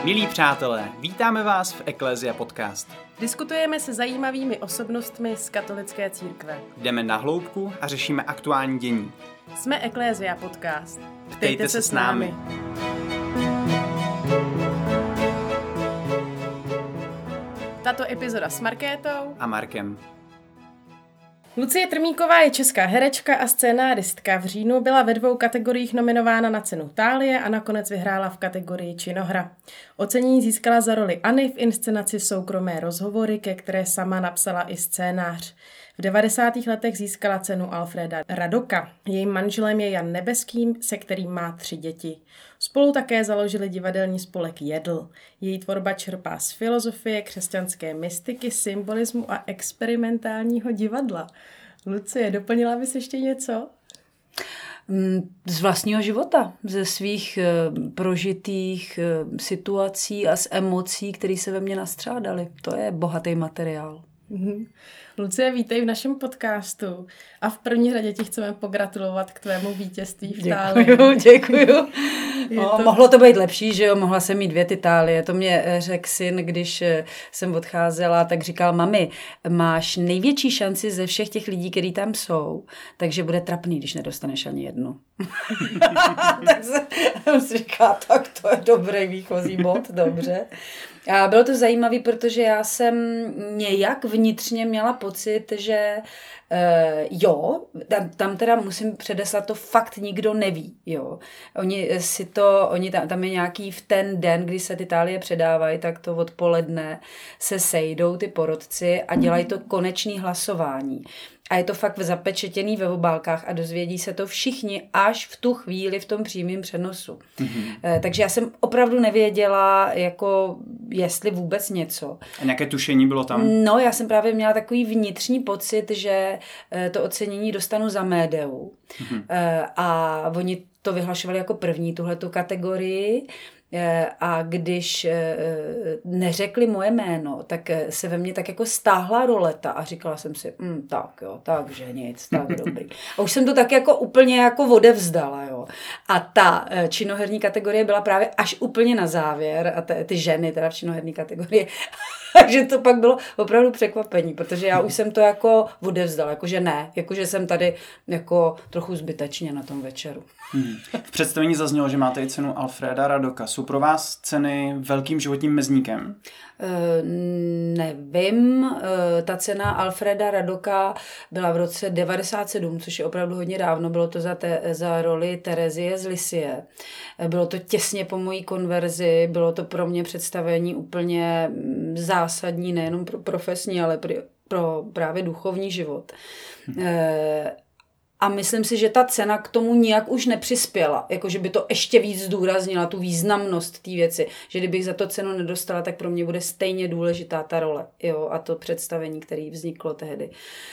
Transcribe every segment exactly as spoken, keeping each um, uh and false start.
Milí přátelé, vítáme vás v Ecclesia Podcast. Diskutujeme se zajímavými osobnostmi z katolické církve. Jdeme na hloubku a řešíme aktuální dění. Jsme Ecclesia Podcast. Ptejte, Ptejte se s námi. Tato epizoda s Markétou a Markem. Lucie Trmíková je česká herečka a scénáristka. V říjnu byla ve dvou kategoriích nominována na cenu Thálie a nakonec vyhrála v kategorii činohra. Ocenění získala za roli Anny v inscenaci Soukromé rozhovory, ke které sama napsala i scénář. V devadesátých letech získala cenu Alfreda Radoka. Jejím manželem je Jan Nebeský, se kterým má tři děti. Spolu také založili divadelní spolek Jedl. Její tvorba čerpá z filozofie, křesťanské mystiky, symbolismu a experimentálního divadla. Lucie, doplnila bys ještě něco? Z vlastního života, ze svých prožitých situací a z emocí, které se ve mně nastřádaly. To je bohatý materiál. Mm-hmm. Lucie, vítej v našem podcastu a v první řadě ti chceme pogratulovat k tvému vítězství v Thálii. Děkuju, děkuju. No, to... Mohlo to být lepší, že jo, mohla jsem mít dvě ty Thálie. To mě řekl syn, když jsem odcházela, tak říkal, mami, máš největší šanci ze všech těch lidí, kteří tam jsou, takže bude trapný, když nedostaneš ani jednu. Tak jsem si říkala, tak to je dobrý výchozí bod, dobře. A bylo to zajímavé, protože já jsem nějak vnitřně měla pocit, že uh, jo, tam, tam teda musím předeslat, to fakt nikdo neví, jo. Oni si to, oni tam, tam je nějaký v ten den, kdy se ty Thálie předávají, tak to odpoledne se sejdou ty porotci a dělají to konečné hlasování. A je to fakt zapečetěný ve obálkách a dozvědí se to všichni až v tu chvíli v tom přímém přenosu. Mm-hmm. Takže já jsem opravdu nevěděla, jako jestli vůbec něco. A nějaké tušení bylo tam? No, já jsem právě měla takový vnitřní pocit, že to ocenění dostanu za médiu. Mm-hmm. A oni to vyhlašovali jako první, tuhletu kategorii. A když neřekli moje jméno, tak se ve mně tak jako stáhla roleta a říkala jsem si, mm, tak jo, takže nic, tak dobrý. A už jsem to tak jako úplně jako odevzdala, jo. A ta činoherní kategorie byla právě až úplně na závěr a ty, ty ženy teda v činoherní kategorii. Takže to pak bylo opravdu překvapení, protože já už jsem to jako odevzdala, jakože ne, jakože jsem tady jako trochu zbytečně na tom večeru. Hmm. V představení zaznělo, že máte i cenu Alfreda Radoka. Jsou pro vás ceny velkým životním mezníkem? Uh, nevím, uh, ta cena Alfreda Radoka byla v roce devadesát sedm, což je opravdu hodně dávno, bylo to za, te, za roli Terezie z Lysie. Bylo to těsně po mojí konverzi, bylo to pro mě představení úplně zásadní, nejenom pro profesní, ale pro, pro právě duchovní život. Hmm. Uh, A myslím si, že ta cena k tomu nijak už nepřispěla. Jakože by to ještě víc zdůraznila, tu významnost té věci. Že kdybych za to cenu nedostala, tak pro mě bude stejně důležitá ta role. Jo, a to představení, které vzniklo tehdy.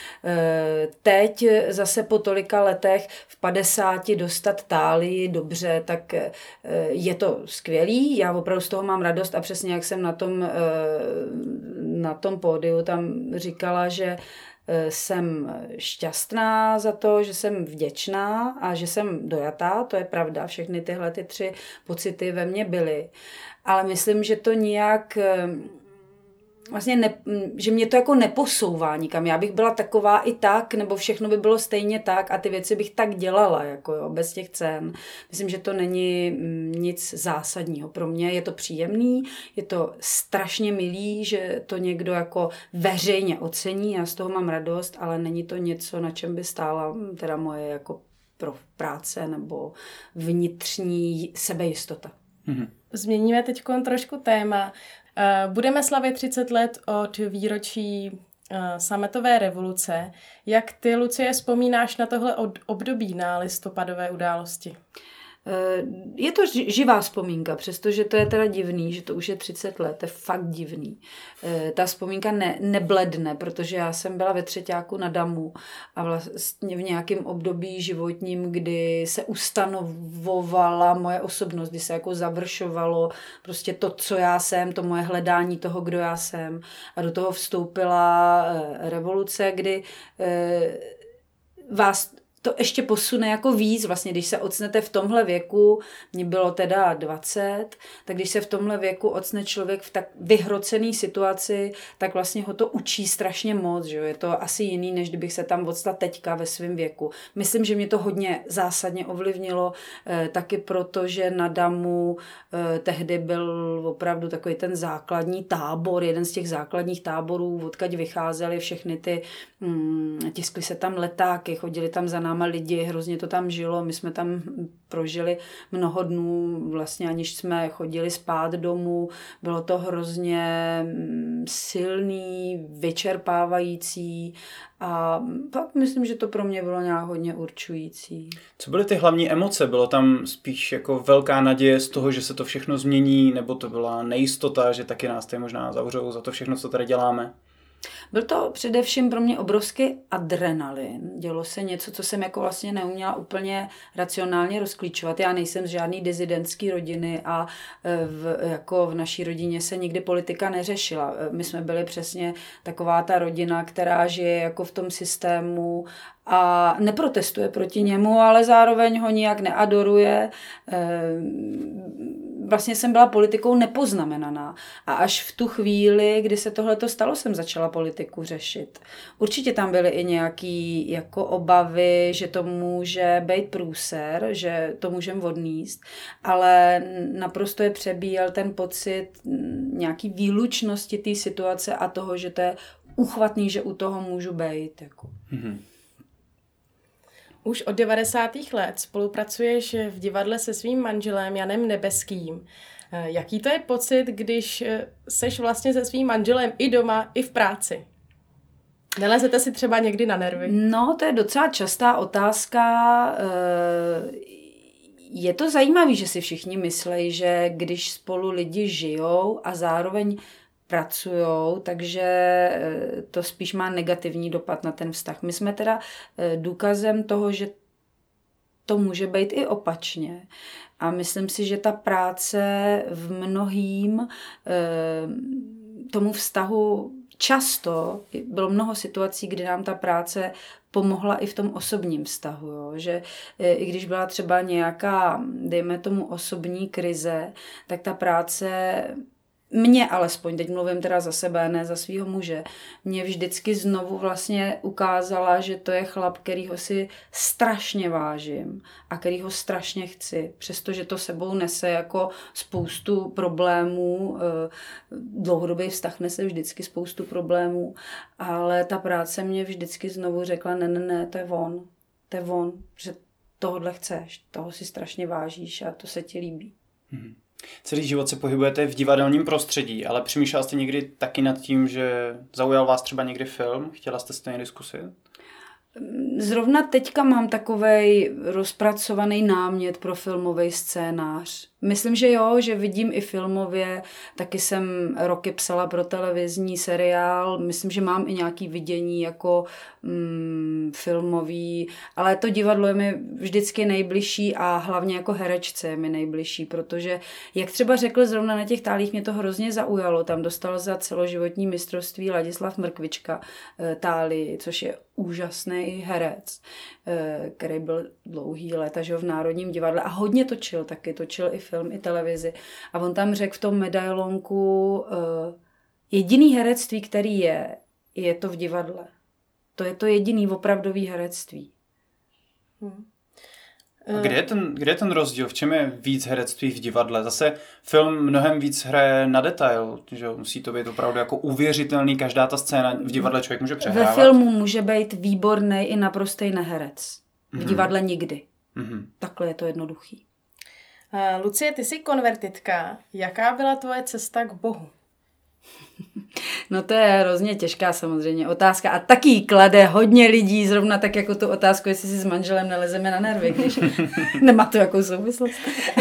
E, teď zase po tolika letech v padesáti dostat Thálii dobře, tak e, je to skvělý. Já opravdu z toho mám radost a přesně jak jsem na tom, e, na tom pódiu tam říkala, že jsem šťastná za to, že jsem vděčná a že jsem dojatá, to je pravda, všechny tyhle ty tři pocity ve mně byly. Ale myslím, že to nijak, vlastně ne, že mě to jako neposouvá nikam. Já bych byla taková i tak, nebo všechno by bylo stejně tak a ty věci bych tak dělala, jako jo, bez těch cen. Myslím, že to není nic zásadního. Pro mě je to příjemný, je to strašně milý, že to někdo jako veřejně ocení, já z toho mám radost, ale není to něco, na čem by stála teda moje jako pro práce nebo vnitřní sebejistota. Mm-hmm. Změníme teď trošku téma. Budeme slavit třicet let od výročí sametové revoluce. Jak ty, Lucie, vzpomínáš na tohle období, na listopadové události? Je to živá vzpomínka, přestože to je teda divný, že to už je třicet let, to je fakt divný. Ta vzpomínka ne, nebledne, protože já jsem byla ve třeťáku na Damu a vlastně v nějakém období životním, kdy se ustanovovala moje osobnost, kdy se jako završovalo prostě to, co já jsem, to moje hledání toho, kdo já jsem. A do toho vstoupila revoluce, kdy vás to ještě posune jako víc, vlastně když se ocnete v tomhle věku, mě bylo teda dvacet, tak když se v tomhle věku ocne člověk v tak vyhrocený situaci, tak vlastně ho to učí strašně moc, že jo? Je to asi jiný, než kdybych se tam odstala teďka ve svém věku. Myslím, že mě to hodně zásadně ovlivnilo, eh, taky proto, že na Damu eh, tehdy byl opravdu takový ten základní tábor, jeden z těch základních táborů, odkud vycházely všechny ty, hm, tiskly se tam letáky, chodili tam za náma lidi, hrozně to tam žilo, my jsme tam prožili mnoho dnů, vlastně aniž jsme chodili spát domů, bylo to hrozně silný, vyčerpávající a pak myslím, že to pro mě bylo nějak hodně určující. Co byly ty hlavní emoce? Bylo tam spíš jako velká naděje z toho, že se to všechno změní, nebo to byla nejistota, že taky nás tady možná zavřou za to všechno, co tady děláme? Byl to především pro mě obrovský adrenalin. Dělo se něco, co jsem jako vlastně neuměla úplně racionálně rozklíčovat. Já nejsem z žádný dizidentský rodiny a v, jako v naší rodině se nikdy politika neřešila. My jsme byli přesně taková ta rodina, která žije jako v tom systému a neprotestuje proti němu, ale zároveň ho nijak neadoruje. Vlastně jsem byla politikou nepoznamenaná. A až v tu chvíli, kdy se tohleto stalo, jsem začala politiku řešit. Určitě tam byly i nějaké jako obavy, že to může být průser, že to můžeme odníst, ale naprosto je přebíjel ten pocit nějaký výlučnosti té situace a toho, že to je uchvatný, že u toho můžu být. Jako. Mm-hmm. Už od devadesátých let spolupracuješ v divadle se svým manželem Janem Nebeským. Jaký to je pocit, když seš vlastně se svým manželem i doma, i v práci? Nelezete si třeba někdy na nervy? No, to je docela častá otázka. Je to zajímavé, že si všichni myslejí, že když spolu lidi žijou a zároveň pracujou, takže to spíš má negativní dopad na ten vztah. My jsme teda důkazem toho, že to může být i opačně. A myslím si, že ta práce v mnohým tomu vztahu často bylo mnoho situací, kdy nám ta práce pomohla i v tom osobním vztahu. Jo? Že i když byla třeba nějaká, dejme tomu, osobní krize, tak ta práce mě alespoň, teď mluvím teda za sebe, ne za svýho muže, mě vždycky znovu vlastně ukázala, že to je chlap, kterýho si strašně vážím a kterýho strašně chci, přestože to sebou nese jako spoustu problémů, dlouhodobý vztah nese vždycky spoustu problémů, ale ta práce mě vždycky znovu řekla, ne, ne, ne, to je on, to je on, že tohodle chceš, toho si strašně vážíš a to se ti líbí. Hmm. Celý život se pohybujete v divadelním prostředí, ale přemýšlela jste někdy taky nad tím, že zaujal vás třeba někdy film? Chtěla jste si to někdy zkusit? Zrovna teďka mám takovej rozpracovaný námět pro filmový scénář. Myslím, že jo, že vidím i filmově, taky jsem roky psala pro televizní seriál, myslím, že mám i nějaké vidění jako mm, filmový, ale to divadlo je mi vždycky nejbližší a hlavně jako herečce je mi nejbližší, protože jak třeba řekl zrovna na těch tálích, mě to hrozně zaujalo, tam dostal za celoživotní mistrovství Ladislav Mrkvička tálii, což je úžasný herec, který byl dlouhý léta že v Národním divadle a hodně točil taky, točil i film, i televizi. A on tam řekl v tom medailonku, jediný herectví, který je, je to v divadle. To je to jediný opravdový herectví. Hmm. A kde je, ten, kde je ten rozdíl? V čem je víc herectví v divadle? Zase film mnohem víc hraje na detail, že musí to být opravdu jako uvěřitelný, každá ta scéna v divadle člověk může přehrávat. Ve filmu může být výborný i naprostý neherec. V divadle nikdy. Mm-hmm. Takhle je to jednoduchý. Uh, Lucie, ty jsi konvertitka. Jaká byla tvoje cesta k Bohu? No to je hrozně těžká samozřejmě otázka a taky klade hodně lidí, zrovna tak jako tu otázku, jestli si s manželem nelezeme na nervy, když nemá to jakou souvislost.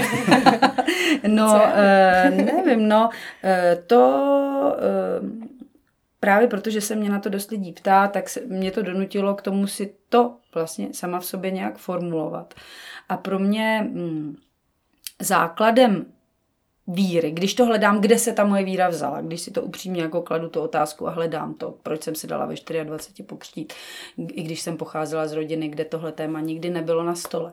No, uh, nevím, no, uh, to uh, právě protože se mě na to dost lidí ptá, tak se, mě to donutilo k tomu si to vlastně sama v sobě nějak formulovat. A pro mě hm, základem víry, když to hledám, kde se ta moje víra vzala, když si to upřímně jako kladu tu otázku a hledám to, proč jsem si dala ve dvaceti čtyřech pokřtít, i když jsem pocházela z rodiny, kde tohle téma nikdy nebylo na stole.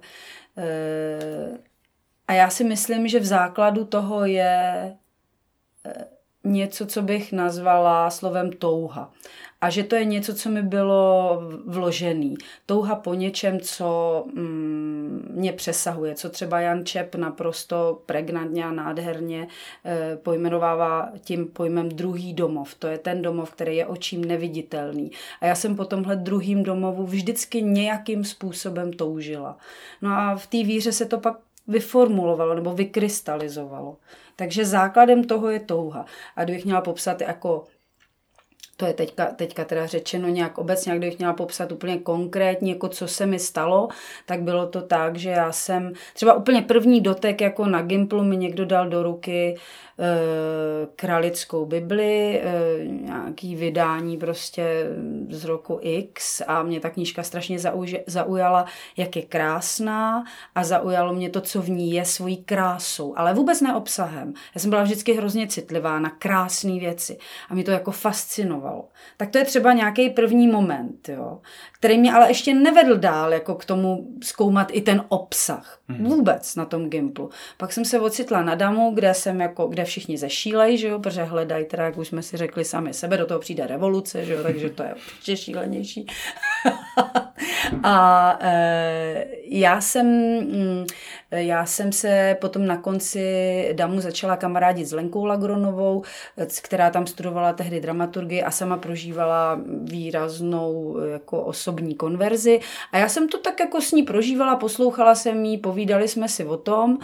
A já si myslím, že v základu toho je něco, co bych nazvala slovem touha. A že to je něco, co mi bylo vložený. Touha po něčem, co mm, mě přesahuje, co třeba Jan Čep naprosto pregnantně a nádherně e, pojmenovává tím pojmem druhý domov. To je ten domov, který je očím neviditelný. A já jsem po tomhle druhým domovu vždycky nějakým způsobem toužila. No a v té víře se to pak vyformulovalo nebo vykrystalizovalo. Takže základem toho je touha. A kdybych měla popsat jako, to je teďka, teďka teda řečeno nějak obecně, jak kdybych měla popsat úplně konkrétně, jako co se mi stalo, tak bylo to tak, že já jsem, třeba úplně první dotek jako na Gimplu mi někdo dal do ruky e, kralickou Bibli, e, nějaký vydání prostě z roku X a mě ta knížka strašně zauž, zaujala, jak je krásná a zaujalo mě to, co v ní je svojí krásou, ale vůbec ne obsahem. Já jsem byla vždycky hrozně citlivá na krásné věci a mě to jako fascinovalo. Tak to je třeba nějaký první moment, jo, který mě ale ještě nevedl dál jako k tomu zkoumat i ten obsah. Mm. Vůbec na tom Gimplu. Pak jsem se ocitla na Damu, kde jsem jako, kde všichni zešílej, že jo, protože hledají teda, jak už jsme si řekli sami sebe, do toho přijde revoluce, že jo, takže to je určitě šílenější. A e, já jsem já jsem se potom na konci Damu začala kamarádit s Lenkou Lagronovou, která tam studovala tehdy dramaturgii a sama prožívala výraznou jako osobní konverzi. A já jsem to tak jako s ní prožívala, poslouchala jsem jí, povídali jsme si o tom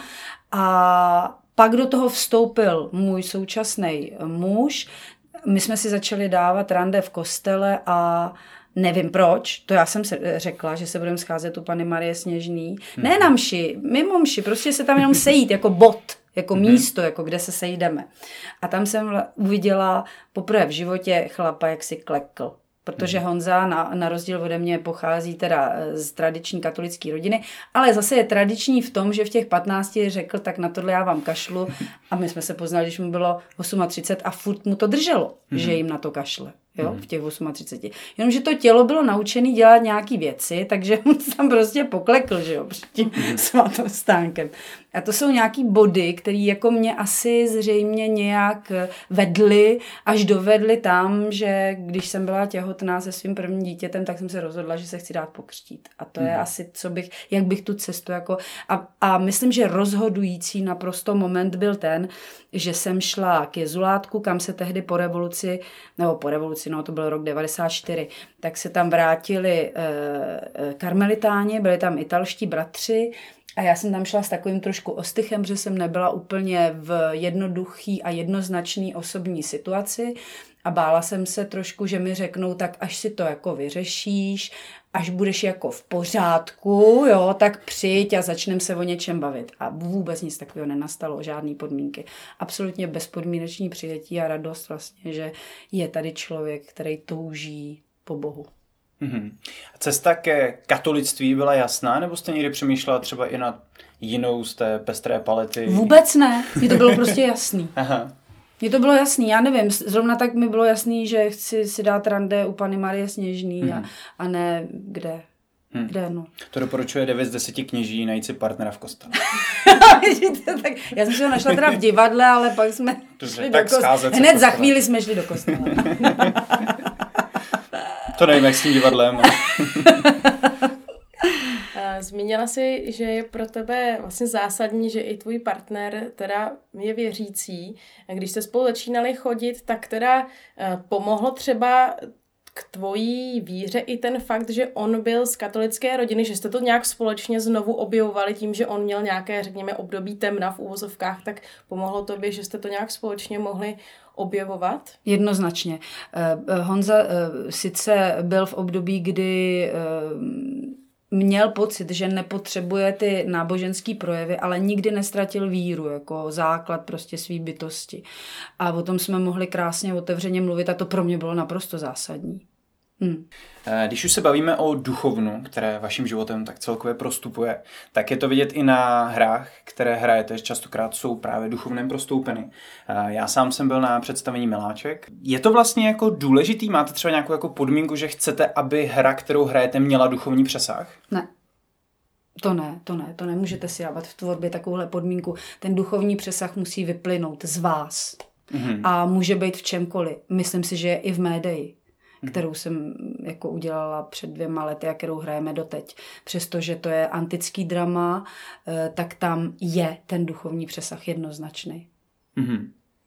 a pak do toho vstoupil můj současný muž. My jsme si začali dávat rande v kostele a nevím proč, to já jsem se řekla, že se budeme scházet u Panny Marie Sněžný. Hmm. Ne na mši, mimo mši, prostě se tam jenom sejít jako bod, jako hmm. místo, jako kde se sejdeme. A tam jsem uviděla poprvé v životě chlapa, jak si klekl. Protože Honza na, na rozdíl ode mě pochází teda z tradiční katolické rodiny, ale zase je tradiční v tom, že v těch patnácti řekl, tak na tohle já vám kašlu a my jsme se poznali, když mu bylo třicet osm a furt mu to drželo, mm. že jim na to kašle. Jo, v těch třiceti osmi. Jenomže to tělo bylo naučené dělat nějaký věci, takže on tam prostě poklekl, že jo, před tím svatostánkem. A to jsou nějaký body, které jako mě asi zřejmě nějak vedly, až dovedly tam, že když jsem byla těhotná se svým prvním dítětem, tak jsem se rozhodla, že se chci dát pokřtít. A to je hmm. asi, co bych, jak bych tu cestu jako... A, a myslím, že rozhodující naprosto moment byl ten, že jsem šla k jezulátku, kam se tehdy po revoluci, nebo po revoluci, no to byl rok devadesát čtyři, tak se tam vrátili e, karmelitáni, byli tam italští bratři a já jsem tam šla s takovým trošku ostychem, že jsem nebyla úplně v jednoduchý a jednoznačný osobní situaci a bála jsem se trošku, že mi řeknou, tak až si to jako vyřešíš, až budeš jako v pořádku, jo, tak přijď a začneme se o něčem bavit. A vůbec nic takového nenastalo, žádný podmínky. Absolutně bezpodmíneční přijetí a radost vlastně, že je tady člověk, který touží po Bohu. Mm-hmm. Cesta ke katolictví byla jasná, nebo jste někdy přemýšlela třeba i na jinou z té pestré palety? Vůbec ne, mně to bylo prostě jasný. Aha. Mně to bylo jasný, já nevím, zrovna tak mi bylo jasný, že chci si dát rande u Panny Marie Sněžný hmm. a, a ne kde. Hmm. Kde, no. To doporučuje devět z deseti kněží najít si partnera v kostele. Tak, já jsem si ho našla teda v divadle, ale pak jsme Dobře, šli tak do kostela. Hned za chvíli jsme šli do kostela. To nevím, jak s tím divadlem. Ale... Zmínila jsi, že je pro tebe vlastně zásadní, že i tvůj partner teda je věřící. Když jste spolu začínali chodit, tak teda pomohlo třeba k tvojí víře i ten fakt, že on byl z katolické rodiny, že jste to nějak společně znovu objevovali tím, že on měl nějaké, řekněme, období temna v úvozovkách, tak pomohlo tobě, že jste to nějak společně mohli objevovat? Jednoznačně. Honza sice byl v období, kdy měl pocit, že nepotřebuje ty náboženský projevy, ale nikdy nestratil víru jako základ prostě svý bytosti. A o tom jsme mohli krásně otevřeně mluvit a to pro mě bylo naprosto zásadní. Hmm. Když už se bavíme o duchovnu, které vaším životem tak celkově prostupuje, tak je to vidět i na hrách, které hrajete, častokrát jsou právě duchovnem prostoupeny. Já sám jsem byl na představení Miláček. Je to vlastně jako důležitý? Máte třeba nějakou jako podmínku, že chcete, aby hra, kterou hrajete, měla duchovní přesah? Ne. To ne, to ne, to nemůžete si dávat v tvorbě takovouhle podmínku. Ten duchovní přesah musí vyplynout z vás. Mm-hmm. A může být v čemkoliv. Myslím si, že je i v médii, kterou jsem jako udělala před dvěma lety a kterou hrajeme doteď. Přestože to je antický drama, tak tam je ten duchovní přesah jednoznačný. Mm-hmm.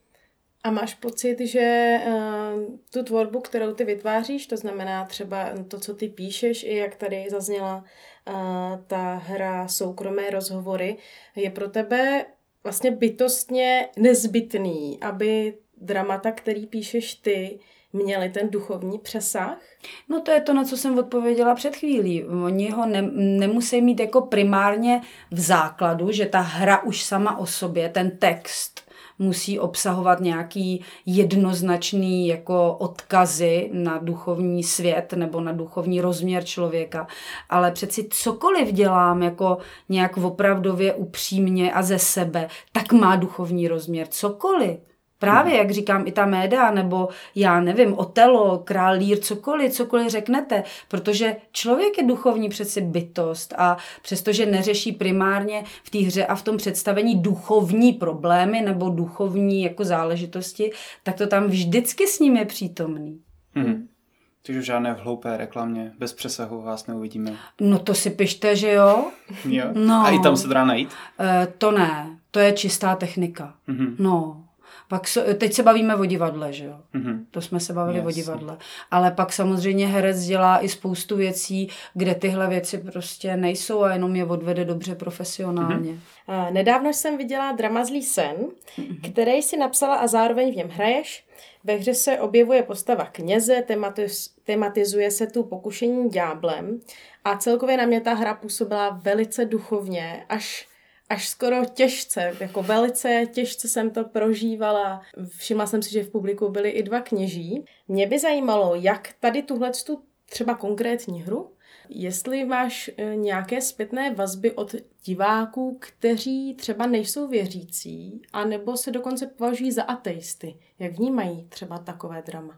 A máš pocit, že uh, tu tvorbu, kterou ty vytváříš, to znamená třeba to, co ty píšeš, i jak tady zazněla uh, ta hra Soukromé rozhovory, je pro tebe vlastně bytostně nezbytný, aby dramata, který píšeš ty, měli ten duchovní přesah? No to je to, na co jsem odpověděla před chvílí. Oni ho ne, nemusí mít jako primárně v základu, že ta hra už sama o sobě, ten text musí obsahovat nějaký jednoznačný jako odkazy na duchovní svět nebo na duchovní rozměr člověka. Ale přeci cokoliv dělám jako nějak opravdově upřímně a ze sebe, tak má duchovní rozměr. Cokoliv. Právě, jak říkám, i ta média, nebo já nevím, Otelo, Král Lír, cokoliv, cokoliv řeknete, protože člověk je duchovní přeci bytost a přestože neřeší primárně v té hře a v tom představení duchovní problémy nebo duchovní jako záležitosti, tak to tam vždycky s ním je přítomný. Hmm. Takže žádné hloupé reklamě, bez přesahu vás neuvidíme. No to si pište, že jo? Jo? No. A i tam se dá najít? E, to ne, to je čistá technika. Mm-hmm. No. Pak so, teď se bavíme o divadle, že jo? Mm-hmm. To jsme se bavili Jasně. o divadle. Ale pak samozřejmě herec dělá i spoustu věcí, kde tyhle věci prostě nejsou a jenom je odvede dobře profesionálně. Mm-hmm. Nedávno jsem viděla drama Zlý sen, mm-hmm. který si napsala a zároveň v něm hraješ. Ve hře se objevuje postava kněze, tematiz, tematizuje se tu pokušení ďáblem a celkově na mě ta hra působila velice duchovně, až až skoro těžce, jako velice těžce jsem to prožívala. Všimla jsem si, že v publiku byli i dva kněží. Mě by zajímalo, jak tady tuhletu třeba konkrétní hru, jestli máš nějaké zpětné vazby od diváků, kteří třeba nejsou věřící, anebo se dokonce považují za ateisty. Jak vnímají třeba takové drama?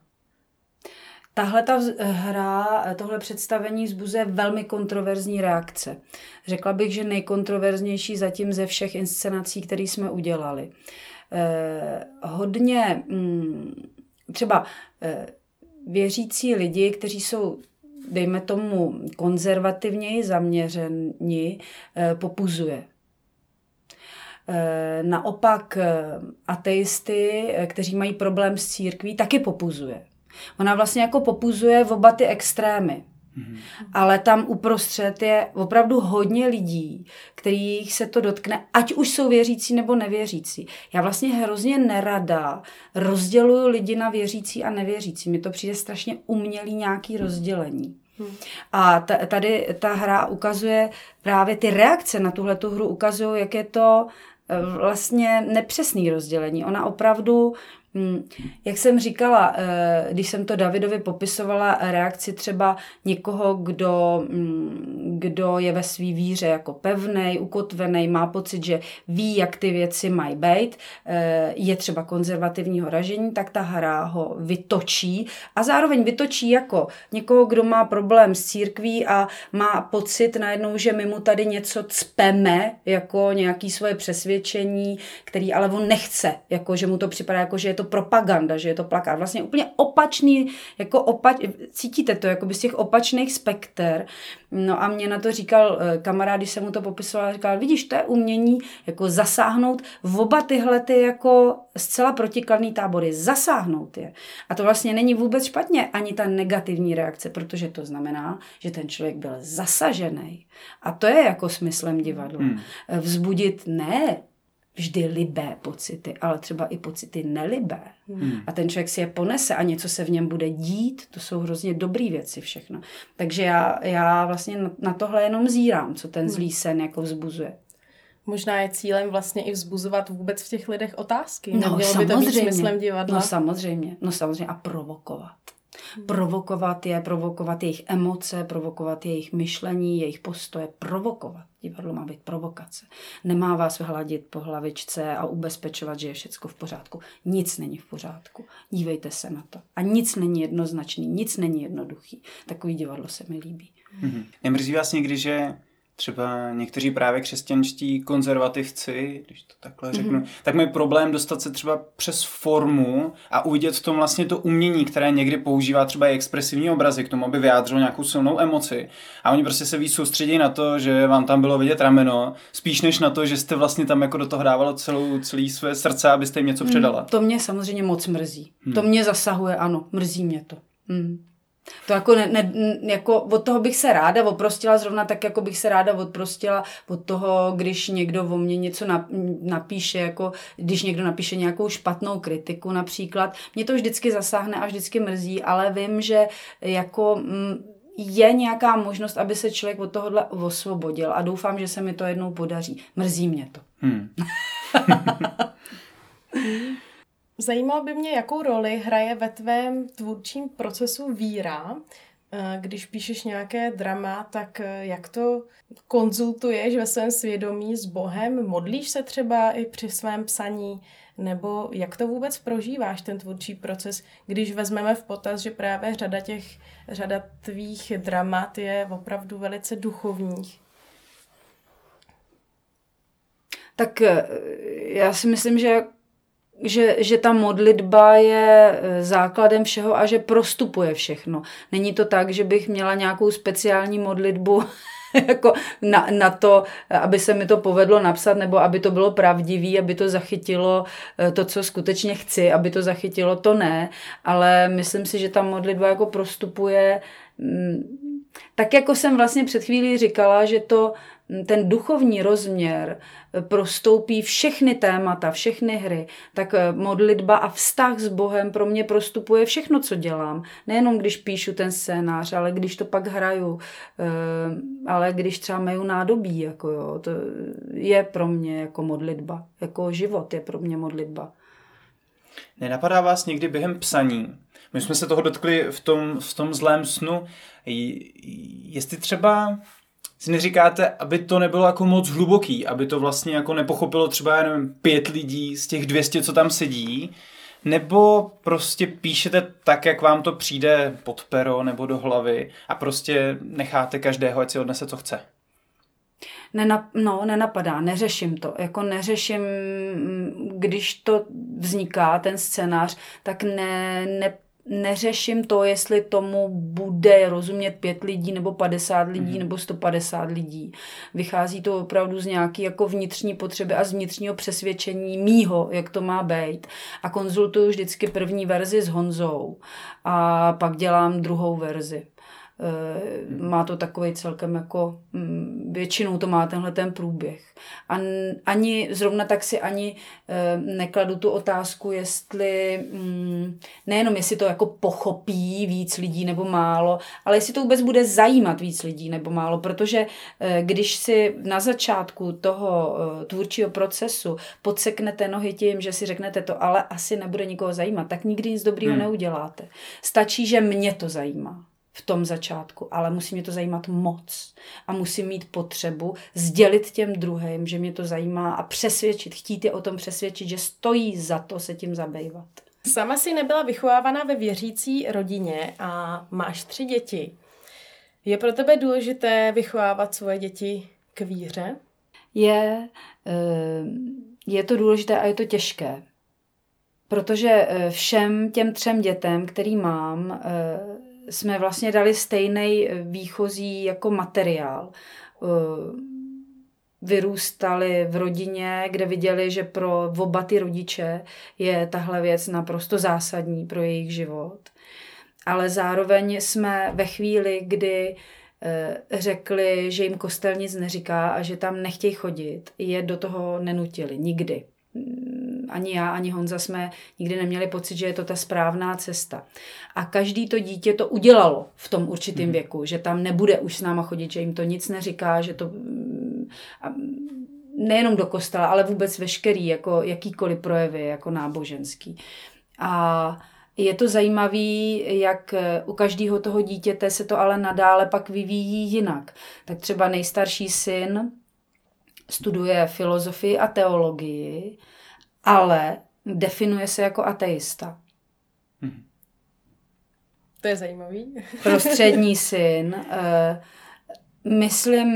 Tahle ta hra, tohle představení vzbuzuje velmi kontroverzní reakce. Řekla bych, že nejkontroverznější zatím ze všech inscenací, které jsme udělali. Eh, hodně hm, třeba eh, věřící lidi, kteří jsou, dejme tomu, konzervativněji zaměřeni, eh, popuzuje. Eh, naopak eh, ateisty, eh, kteří mají problém s církví, taky popuzuje. Ona vlastně jako popuzuje v oba ty extrémy. Mm-hmm. Ale tam uprostřed je opravdu hodně lidí, kterých se to dotkne, ať už jsou věřící nebo nevěřící. Já vlastně hrozně nerada rozděluju lidi na věřící a nevěřící. Mně to přijde strašně umělý nějaký rozdělení. Hmm. A t- tady ta hra ukazuje právě ty reakce na tuhletu hru ukazují, jak je to vlastně nepřesný rozdělení. Ona opravdu, jak jsem říkala, když jsem to Davidovi popisovala reakci třeba někoho, kdo, kdo je ve svý víře jako pevnej, ukotvený, má pocit, že ví, jak ty věci mají být, je třeba konzervativního ražení, tak ta hra ho vytočí a zároveň vytočí jako někoho, kdo má problém s církví a má pocit najednou, že my mu tady něco cpeme, jako nějaký svoje přesvědčení, který ale on nechce, jako že mu to připadá, jako že je to propaganda, že je to plakát. Vlastně úplně opačný, jako opač, cítíte to, jako by z těch opačných spekter. No a mě na to říkal kamarád, když jsem mu to popisovala, říkal, vidíš, to je umění, jako zasáhnout v oba tyhle ty jako zcela protikladný tábory, zasáhnout je. A to vlastně není vůbec špatně, ani ta negativní reakce, protože to znamená, že ten člověk byl zasažený. A to je jako smyslem divadla. Hmm. Vzbudit ne vždy libé pocity, ale třeba i pocity nelibé. Hmm. A ten člověk si je ponese a něco se v něm bude dít, to jsou hrozně dobrý věci všechno. Takže já, já vlastně na tohle jenom zírám, co ten zlý sen jako vzbuzuje. Možná je cílem vlastně i vzbuzovat vůbec v těch lidech otázky. No Nemělo by to být smyslem divadla? No samozřejmě, no samozřejmě a provokovat. Provokovat je, provokovat jejich emoce, provokovat jejich myšlení, jejich postoje, provokovat. Divadlo má být provokace. Nemá vás hladit po hlavičce a ubezpečovat, že je všecko v pořádku. Nic není v pořádku. Dívejte se na to. A nic není jednoznačný, nic není jednoduchý. Takový divadlo se mi líbí. Mm-hmm. Nemrzí vás někdy, že třeba někteří právě křesťanští konzervativci, když to takhle řeknu, mm-hmm. tak mají problém dostat se třeba přes formu a uvidět v tom vlastně to umění, které někdy používá třeba i expresivní obrazy k tomu, aby vyjádřilo nějakou silnou emoci. A oni prostě se víc soustředí na to, že vám tam bylo vidět rameno, spíš než na to, že jste vlastně tam jako do toho dávalo celou, celý své srdce, abyste jim něco předala. Mm, to mě samozřejmě moc mrzí. Mm. To mě zasahuje, ano, mrzí mě to. Mm. To jako, ne, ne, jako od toho bych se ráda oprostila, zrovna tak, jako bych se ráda odprostila od toho, když někdo o mně něco napíše, jako když někdo napíše nějakou špatnou kritiku například. Mě to vždycky zasáhne a vždycky mrzí, ale vím, že jako je nějaká možnost, aby se člověk od tohohle osvobodil a doufám, že se mi to jednou podaří. Mrzí mě to. Hmm. Zajímalo by mě, jakou roli hraje ve tvém tvůrčím procesu víra. Když píšeš nějaké drama, tak jak to konzultuješ ve svém svědomí s Bohem? Modlíš se třeba i při svém psaní? Nebo jak to vůbec prožíváš, ten tvůrčí proces, když vezmeme v potaz, že právě řada těch, řada tvých dramat je opravdu velice duchovních? Tak já si myslím, že Že, že ta modlitba je základem všeho a že prostupuje všechno. Není to tak, že bych měla nějakou speciální modlitbu jako na, na to, aby se mi to povedlo napsat, nebo aby to bylo pravdivý, aby to zachytilo to, co skutečně chci, aby to zachytilo, to ne. Ale myslím si, že ta modlitba jako prostupuje. Tak jako jsem vlastně před chvílí říkala, že to ten duchovní rozměr prostoupí všechny témata, všechny hry, tak modlitba a vztah s Bohem pro mě prostupuje všechno, co dělám. Nejenom když píšu ten scénář, ale když to pak hraju, ale když třeba mají nádobí, jako jo, to je pro mě jako modlitba, jako život je pro mě modlitba. Nenapadá vás někdy během psaní? My jsme se toho dotkli v tom, v tom zlém snu. Jestli třeba si neříkáte, aby to nebylo jako moc hluboký, aby to vlastně jako nepochopilo třeba jenom pět lidí z těch dvě stě, co tam sedí, nebo prostě píšete tak, jak vám to přijde pod pero nebo do hlavy a prostě necháte každého, ať si odnese, co chce? Nenap, no, nenapadá, neřeším to. Jako neřeším, když to vzniká, ten scénář, tak ne, ne neřeším to, jestli tomu bude rozumět pět lidí, nebo padesát lidí, mm. nebo sto padesát lidí. Vychází to opravdu z nějaké jako vnitřní potřeby a z vnitřního přesvědčení mýho, jak to má být. A konzultuju vždycky první verzi s Honzou a pak dělám druhou verzi. Má to takovej celkem jako, většinou to má tenhle ten průběh. A ani, zrovna tak si ani nekladu tu otázku, jestli, nejenom jestli to jako pochopí víc lidí nebo málo, ale jestli to vůbec bude zajímat víc lidí nebo málo, protože když si na začátku toho tvůrčího procesu podseknete nohy tím, že si řeknete to, ale asi nebude nikoho zajímat, tak nikdy nic dobrýho hmm. neuděláte. Stačí, že mě to zajímá v tom začátku, ale musí mě to zajímat moc a musím mít potřebu sdělit těm druhým, že mě to zajímá a přesvědčit, chtít je o tom přesvědčit, že stojí za to se tím zabývat. Sama si nebyla vychovávaná ve věřící rodině a máš tři děti. Je pro tebe důležité vychovávat svoje děti k víře? Je, je to důležité a je to těžké. Protože všem těm třem dětem, který mám, jsme vlastně dali stejný výchozí jako materiál. Vyrůstali v rodině, kde viděli, že pro oba ty rodiče je tahle věc naprosto zásadní pro jejich život. Ale zároveň jsme ve chvíli, kdy řekli, že jim kostel nic neříká a že tam nechtějí chodit, je do toho nenutili. Nikdy. Ani já, ani Honza jsme nikdy neměli pocit, že je to ta správná cesta. A každý to dítě to udělalo v tom určitém věku, že tam nebude už s náma chodit, že jim to nic neříká, že to nejenom do kostela, ale vůbec veškerý, jako jakýkoliv projevy, jako náboženský. A je to zajímavý, jak u každého toho dítěte se to ale nadále pak vyvíjí jinak. Tak třeba nejstarší syn studuje filozofii a teologii, ale definuje se jako ateista. Hmm. To je zajímavý. Prostřední syn, uh, myslím,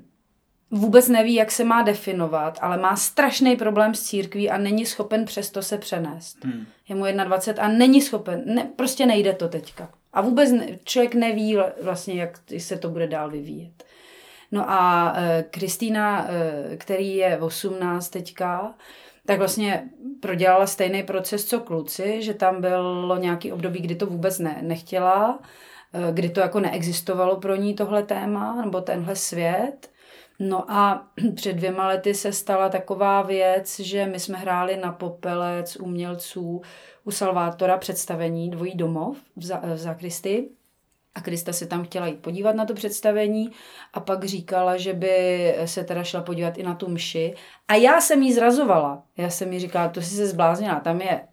vůbec neví, jak se má definovat, ale má strašný problém s církví a není schopen přesto se přenést. Hmm. Je mu dvacet jedna a není schopen, ne, prostě nejde to teďka. A vůbec ne, člověk neví vlastně, jak se to bude dál vyvíjet. No a Kristýna, uh, který je osmnáct teďka, tak vlastně prodělala stejný proces, co kluci, že tam bylo nějaký období, kdy to vůbec ne, nechtěla, kdy to jako neexistovalo pro ní tohle téma, nebo tenhle svět. No a před dvěma lety se stala taková věc, že my jsme hráli na Popelec umělců u Salvátora představení Dvojí domov v, za, v Zakristii. A Krista se tam chtěla jít podívat na to představení a pak říkala, že by se teda šla podívat i na tu mši. A já jsem jí zrazovala. Já jsem jí říkala, to jsi se zbláznila, tam je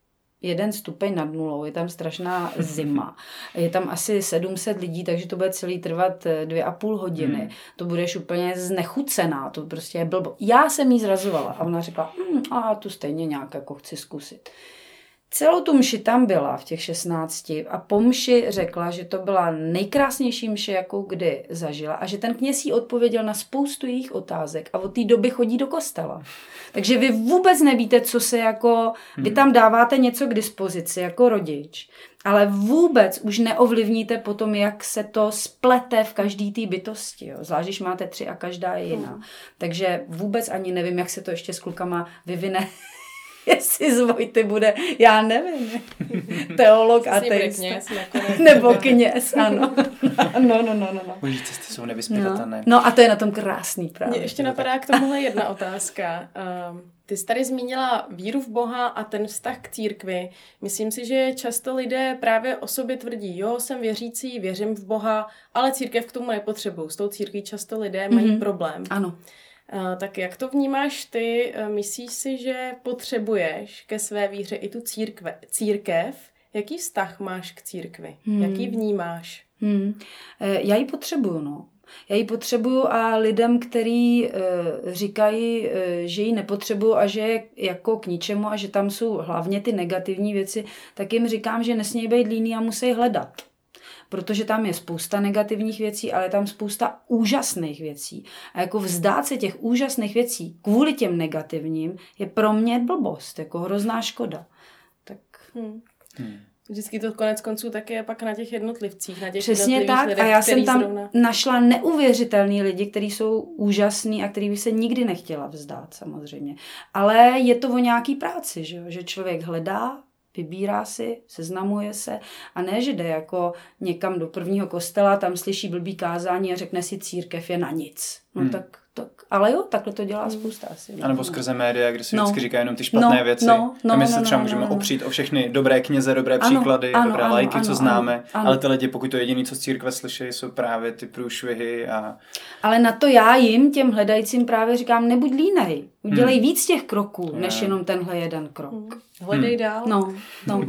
jeden stupeň nad nulou, je tam strašná zima. Je tam asi sedm set lidí, takže to bude celý trvat dvě a půl hodiny. Hmm. To budeš úplně znechucená, to prostě je blbo. Já jsem jí zrazovala a ona řekla, hm, a tu stejně nějak jako chci zkusit. Celou tu mši tam byla v těch šestnácti a po mši řekla, že to byla nejkrásnější mše, jakou kdy zažila a že ten kněz jí odpověděl na spoustu jejich otázek a od té doby chodí do kostela. Takže vy vůbec nevíte, co se jako... Vy tam dáváte něco k dispozici jako rodič, ale vůbec už neovlivníte potom, jak se to splete v každý té bytosti. Jo. Zvlášť, když máte tři a každá je jiná. Takže vůbec ani nevím, jak se to ještě s klukama vyvine. Jestli z Vojty bude, já nevím, teolog, ateista, nebo kněz, ano. No, no, no, no. no. Boží cesty jsou nevyzpětatelné. No. no a to je na tom krásný právě. Mně ještě napadá k tomuhle jedna otázka. Um, ty jsi tady zmínila víru v Boha a ten vztah k církvi. Myslím si, že často lidé právě o sobě tvrdí, jo, jsem věřící, věřím v Boha, ale církev k tomu nepotřebuju. S tou církví často lidé mají mm-hmm. problém. Ano. Uh, tak jak to vnímáš ty? Uh, myslíš si, že potřebuješ ke své víře i tu církve, církev? Jaký vztah máš k církvi? Hmm. Jaký vnímáš? Hmm. Já ji potřebuju, no. Já ji potřebuju a lidem, který uh, říkají, uh, že ji nepotřebuju a že je jako k ničemu a že tam jsou hlavně ty negativní věci, tak jim říkám, že nesmějí být líní a musí hledat. Protože tam je spousta negativních věcí, ale je tam spousta úžasných věcí. A jako vzdát se těch úžasných věcí kvůli těm negativním je pro mě blbost, jako hrozná škoda. Tak... Hmm. Hmm. Vždycky to konec konců taky je pak na těch jednotlivcích, na těch Přesně jednotlivých tak. lidech, a já jsem tam zrovna... našla neuvěřitelný lidi, kteří jsou úžasní a který by se nikdy nechtěla vzdát samozřejmě. Ale je to o nějaký práci, že, že člověk hledá, vybírá si, seznamuje se a ne, že jde jako někam do prvního kostela, tam slyší blbý kázání a řekne si církev je na nic. No hmm. tak, tak, ale jo, takhle to dělá spousta asi. A nebo skrze média, kde si no. vždycky říká jenom ty špatné no, věci. No, no, a my se no, třeba no, můžeme no, no. opřít o všechny dobré kněze, dobré ano, příklady, ano, dobré ano, lajky, ano, co ano, známe, ano. ale ty lidi, pokud to jediný, co z církve slyší, jsou právě ty průšvihy a... Ale na to já jim, těm hledajícím právě říkám, nebuď línej. Udělej hmm. víc těch kroků, hmm. než jenom tenhle jeden krok. Hmm. Hledej hmm. dál. No, no.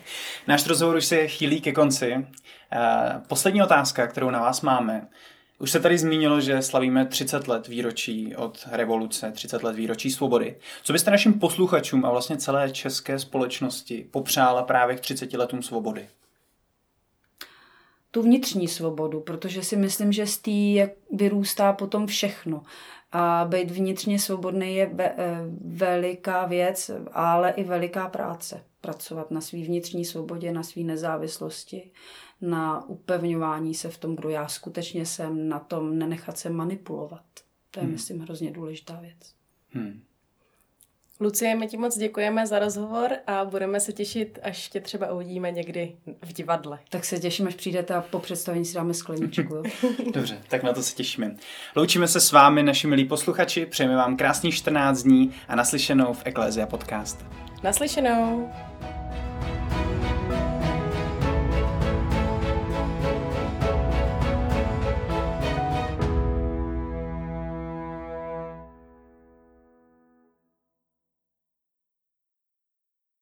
Náš rozhovor už se chýlí ke konci. Uh, poslední otázka, kterou na vás máme. Už se tady zmínilo, že slavíme třicet let výročí od revoluce, třicet let výročí svobody. Co byste našim posluchačům a vlastně celé české společnosti popřála právě k třiceti letům svobody? Tu vnitřní svobodu, protože si myslím, že z té vyrůstá potom všechno. A být vnitřně svobodný je ve, veliká věc, ale i veliká práce. Pracovat na svý vnitřní svobodě, na svý nezávislosti, na upevňování se v tom, kdo já skutečně jsem, na tom nenechat se manipulovat. To je, hmm. myslím, hrozně důležitá věc. Hmm. Lucie, my ti moc děkujeme za rozhovor a budeme se těšit, až tě třeba uvidíme někdy v divadle. Tak se těším, až přijdete a po představení si dáme skleničku. Jo? Dobře, tak na to se těšíme. Loučíme se s vámi, naši milí posluchači, přejeme vám krásných čtrnáct dní a naslyšenou v Eklézia podcast. Naslyšenou.